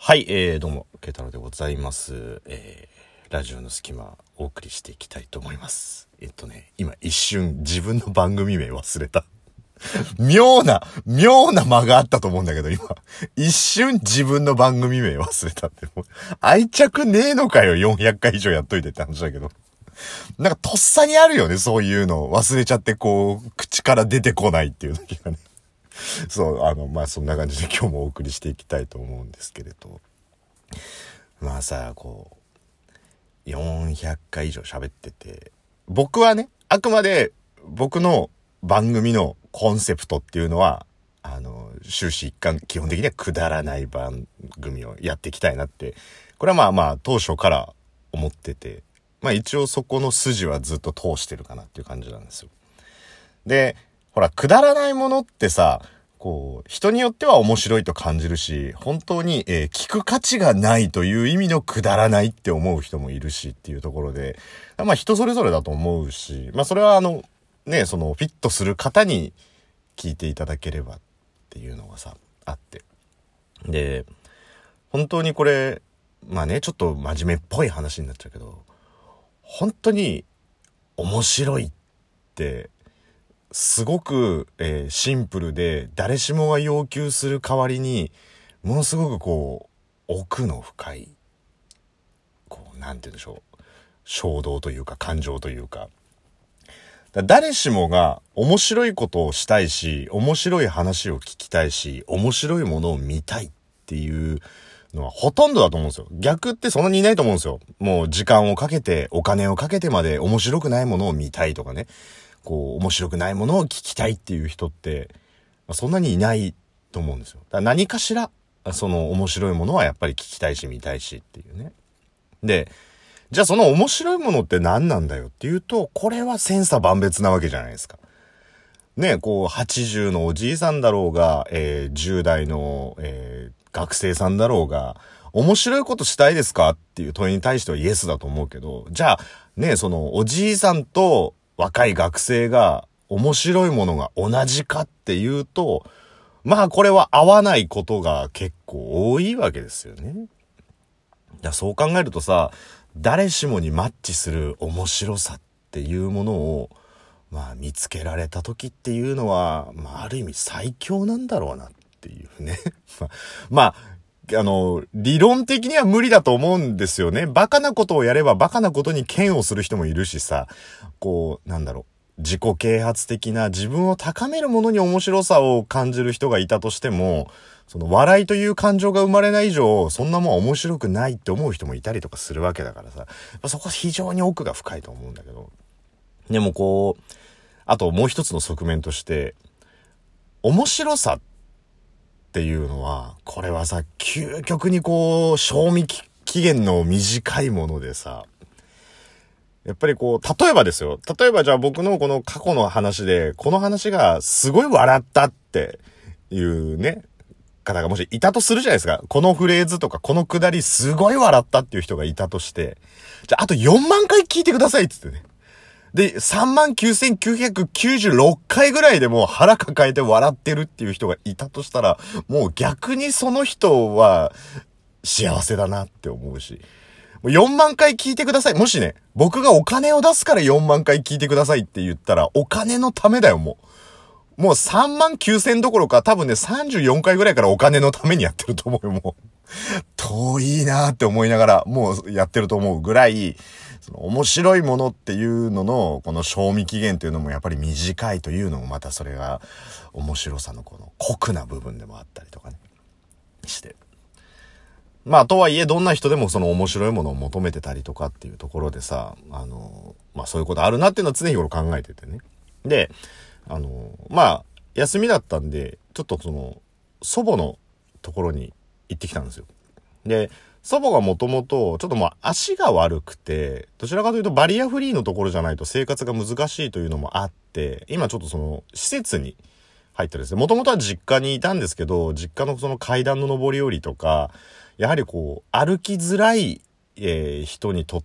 はい、どうも、慶太郎でございます。ラジオの隙間、お送りしていきたいと思います。今一瞬自分の番組名忘れた。妙な間があったと思うんだけど、今。一瞬自分の番組名忘れたって。もう愛着ねえのかよ、400回以上やっといてって話だけど。なんかとっさにあるよね、そういうの。忘れちゃって口から出てこないっていう時がね。そう、そんな感じで今日もお送りしていきたいと思うんですけれど。400回以上喋ってて、僕はね、あくまで僕の番組のコンセプトっていうのは、終始一貫、基本的にはくだらない番組をやっていきたいなって、これは当初から思ってて、一応そこの筋はずっと通してるかなっていう感じなんですよ。で、ほら、くだらないものってさ、人によっては面白いと感じるし、本当に、聞く価値がないという意味のくだらないって思う人もいるしっていうところで、人それぞれだと思うし、それはそのフィットする方に聞いていただければっていうのがさ、あって。で、本当にこれ、ちょっと真面目っぽい話になっちゃうけど、本当に面白いって、すごく、シンプルで誰しもが要求する代わりにものすごく奥の深いなんて言うんでしょう、衝動というか感情というか、誰しもが面白いことをしたいし、面白い話を聞きたいし、面白いものを見たいっていうのはほとんどだと思うんですよ。逆ってそんなにいないと思うんですよ。もう時間をかけてお金をかけてまで面白くないものを見たいとかね、面白くないものを聞きたいっていう人って、そんなにいないと思うんですよ。だから何かしら、その面白いものはやっぱり聞きたいし見たいしっていうね。で、じゃあその面白いものって何なんだよっていうと、これは千差万別なわけじゃないですか。ね、80のおじいさんだろうが、10代の、学生さんだろうが、面白いことしたいですかっていう問いに対してはイエスだと思うけど、じゃあ、ね、そのおじいさんと若い学生が面白いものが同じかっていうと、これは合わないことが結構多いわけですよね。そう考えるとさ、誰しもにマッチする面白さっていうものを見つけられた時っていうのは、ある意味最強なんだろうなっていうね。理論的には無理だと思うんですよね。バカなことをやればバカなことに嫌悪する人もいるしさ、自己啓発的な自分を高めるものに面白さを感じる人がいたとしても、その笑いという感情が生まれない以上、そんなもん面白くないって思う人もいたりとかするわけだからさ、そこは非常に奥が深いと思うんだけど。でもあともう一つの側面として、面白さっていうのは、これはさ、究極に賞味期限の短いものでさ、やっぱり例えばですよ。例えばじゃあ僕のこの過去の話で、この話がすごい笑ったっていうね、方がもしいたとするじゃないですか。このフレーズとかこのくだりすごい笑ったっていう人がいたとして、じゃああと4万回聞いてくださいって言ってね。で、39,996 回ぐらいでもう腹抱えて笑ってるっていう人がいたとしたら、もう逆にその人は幸せだなって思うし。4万回聞いてください。もしね、僕がお金を出すから4万回聞いてくださいって言ったら、お金のためだよ、もう。もう3万9千どころか、多分ね、34回ぐらいからお金のためにやってると思うよ、もう。遠いなーって思いながら、もうやってると思うぐらい、その面白いものっていうのの、この賞味期限っていうのもやっぱり短いというのもまたそれが面白さのこの酷な部分でもあったりとかね、して。とはいえ、どんな人でもその面白いものを求めてたりとかっていうところでさ、そういうことあるなっていうのは常日頃考えててね。で、休みだったんで、ちょっと祖母のところに行ってきたんですよ。で、祖母がもともと、ちょっと足が悪くて、どちらかというとバリアフリーのところじゃないと生活が難しいというのもあって、今ちょっと施設に入ってるんですね。もともとは実家にいたんですけど、実家のその階段の上り下りとか、やはり歩きづらい、人にとって、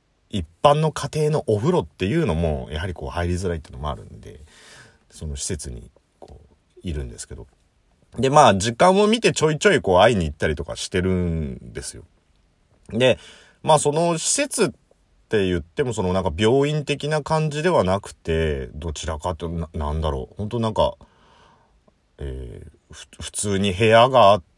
一般の家庭のお風呂っていうのも、やはり入りづらいっていうのもあるんで、その施設にいるんですけど。 で、まあ、時間を見てちょいちょいこう会いに行ったりとかしてるんですよ。で、まあ、その施設って言っても、そのなんか病院的な感じではなくて、どちらかとなんだろう。本当なんか、普通に部屋があって、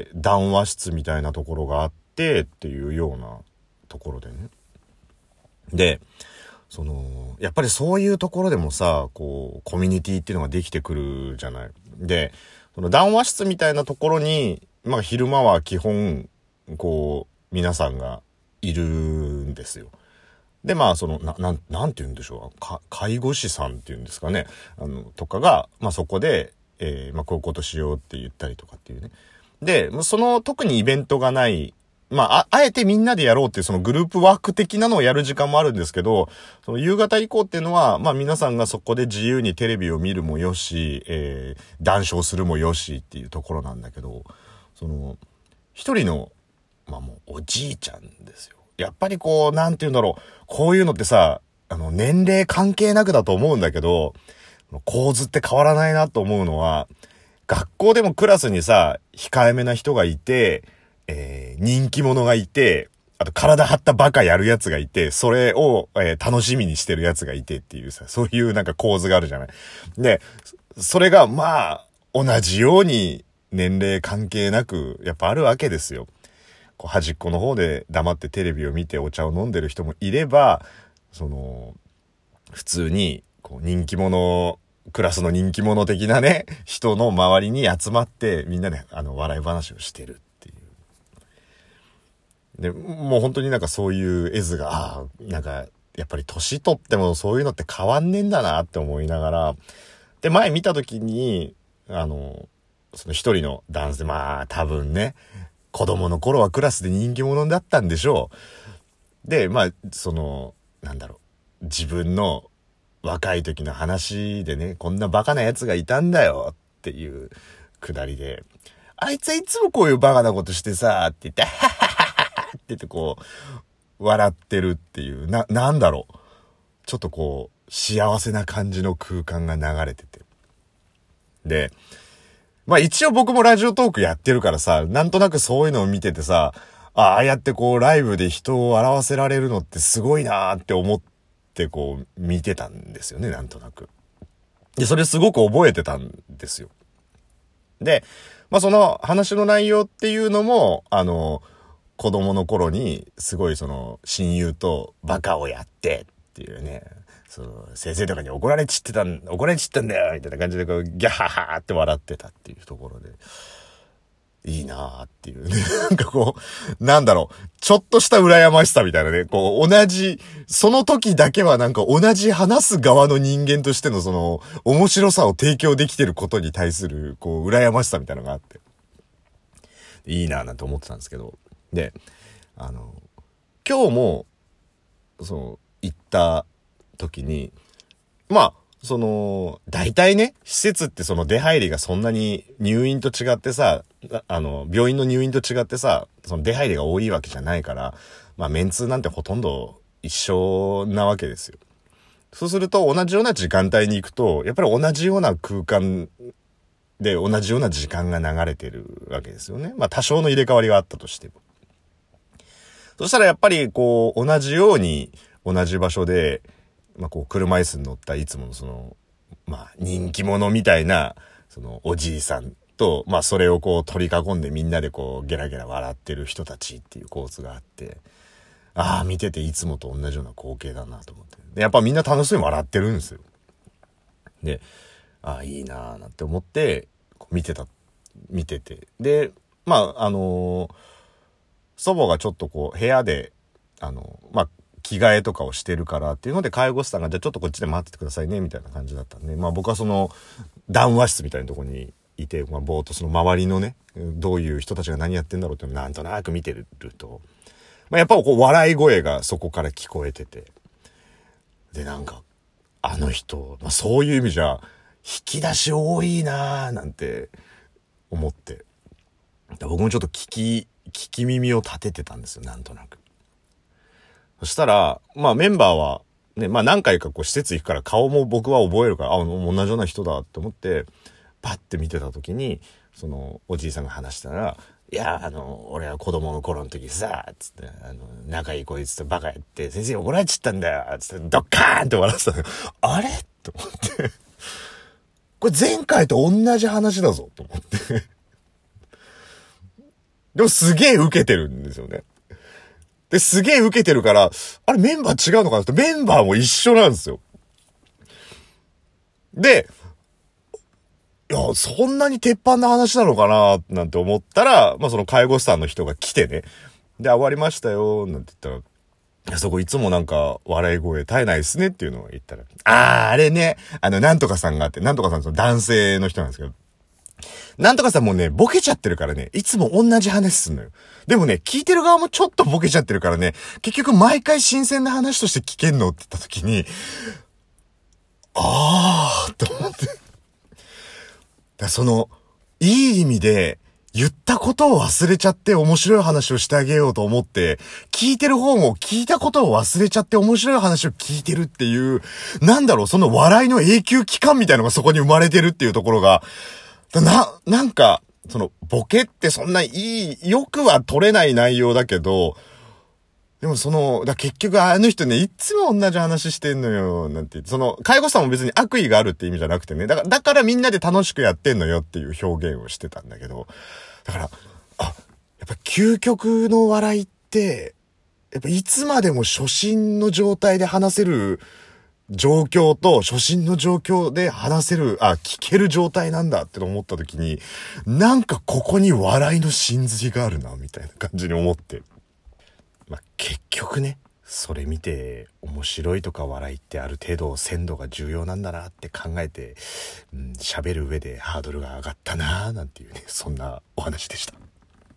談話室みたいなところがあってっていうようなところでね。で、やっぱりそういうところでもさ、こう、コミュニティっていうのができてくるじゃない。で、その談話室みたいなところに、まあ昼間は基本、こう、皆さんがいるんですよ。で、まあ、なんて言うんでしょう。介護士さんっていうんですかね。とかが、まあそこで、まあこういうことしようって言ったりとかっていうね。で、特にイベントがない、まあ、あえてみんなでやろうっていうそのグループワーク的なのをやる時間もあるんですけど、その夕方以降っていうのは、まあ皆さんがそこで自由にテレビを見るもよし、談笑するもよしっていうところなんだけど、一人の、まあもうおじいちゃんですよ。やっぱりこう、なんて言うんだろう。こういうのってさ、年齢関係なくだと思うんだけど、構図って変わらないなと思うのは、学校でもクラスにさ、控えめな人がいて、人気者がいて、あと体張ったバカやるやつがいて、それを、楽しみにしてるやつがいてっていうさ、そういうなんか構図があるじゃない。で、それがまあ、同じように年齢関係なく、やっぱあるわけですよ。こう端っこの方で黙ってテレビを見てお茶を飲んでる人もいれば、普通に、こう人気者、クラスの人気者的なね、人の周りに集まって、みんなで、笑い話をしてるっていう。で、もう本当になんかそういう絵図が、なんか、やっぱり年取ってもそういうのって変わんねえんだなって思いながら、で、前見た時に、その一人の男性、まあ、多分ね、子供の頃はクラスで人気者だったんでしょう。で、まあ、なんだろう、自分の若い時の話でね、こんなバカなやつがいたんだよっていうくだりで、あいつはいつもこういうバカなことしてさ、って言って、ははははって言ってこう、笑ってるっていう、なんだろう。ちょっとこう、幸せな感じの空間が流れてて。で、まあ一応僕もラジオトークやってるからさ、なんとなくそういうのを見ててさ、ああやってこうライブで人を笑わせられるのってすごいなーって思ってこう見てたんですよね、なんとなく。で、それすごく覚えてたんですよ。で、まあその話の内容っていうのも、子供の頃にすごい親友とバカをやってっていうね、先生とかに怒られちったんだよみたいな感じでこうギャハハって笑ってたっていうところでいいなーっていうねなんかこうなんだろうちょっとした羨ましさみたいなねこうその時だけはなんか同じ話す側の人間としての面白さを提供できてることに対するこう羨ましさみたいなのがあっていいなーなんて思ってたんですけどで今日も行った時に、まあ、大体ね、施設って出入りがそんなに入院と違ってさ、病院の入院と違ってさ、出入りが多いわけじゃないから、まあ、メンツなんてほとんど一緒なわけですよ。そうすると、同じような時間帯に行くと、やっぱり同じような空間で同じような時間が流れてるわけですよね。まあ、多少の入れ替わりがあったとしても。そしたらやっぱり、こう、同じように、同じ場所で、まあ、こう車椅子に乗ったいつものまあ、人気者みたいなおじいさんとまあそれをこう取り囲んでみんなでこうゲラゲラ笑ってる人たちっていう構図があってああ見てていつもと同じような光景だなと思ってでやっぱみんな楽しそうに笑ってるんですよでああいいなーなんて思って見ててでまあ祖母がちょっとこう部屋でまあ着替えとかをしてるからっていうので介護士さんがじゃあちょっとこっちで待っててくださいねみたいな感じだったんでまあ僕は談話室みたいなところにいて、まあ、ぼーっと周りのねどういう人たちが何やってんだろうっていうのをなんとなく見てると、まあ、やっぱこう笑い声がそこから聞こえててでなんかあの人、まあ、そういう意味じゃ引き出し多いなーなんて思って僕もちょっと聞き耳を立ててたんですよなんとなく。そしたら、まあメンバーは、ね、まあ何回かこう施設行くから顔も僕は覚えるから、同じような人だって思って、パッて見てた時に、 そのおじいさんが話したら、いや、俺は子供の頃の時さ、つって、仲いいこいつとバカやって、先生怒られちゃったんだよ、つって、ドッカーンって笑ってたのよ。あれと思って。これ前回と同じ話だぞ、と思って。でもすげえ受けてるんですよね。で、すげえ受けてるから、あれメンバー違うのかなって、メンバーも一緒なんですよ。で、いや、そんなに鉄板な話なのかななんて思ったら、その介護士さんの人が来てね。で、終わりましたよ、なんて言ったら、そこいつもなんか笑い声絶えないっすねっていうのを言ったら、あれね、なんとかさんがあって、なんとかさんその男性の人なんですけど、なんとかさんもね、ボケちゃってるからね、いつも同じ話すんのよ。でもね、聞いてる側もちょっとボケちゃってるからね、結局毎回新鮮な話として聞けんのって言った時に、と思って。その、いい意味で、言ったことを忘れちゃって面白い話をしてあげようと思って、聞いてる方も聞いたことを忘れちゃって面白い話を聞いてるっていう、その笑いの永久期間みたいのがそこに生まれてるっていうところが、なんか、その、ボケってそんよくは取れない内容だけど、でも結局あの人ね、いつも同じ話してんのよ、なんて。介護士さんも別に悪意があるって意味じゃなくてね。だからみんなで楽しくやってんのよっていう表現をしてたんだけど。だから、やっぱ究極の笑いって、やっぱいつまでも初心の状態で話せる状況と、初心の状況で聞ける状態なんだって思った時に、なんかここに笑いの真髄があるな、みたいな感じに思って。結局ね、それ見て面白いとか笑いってある程度鮮度が重要なんだなって考えて、喋る上でハードルが上がったなーなんていうね、そんなお話でした。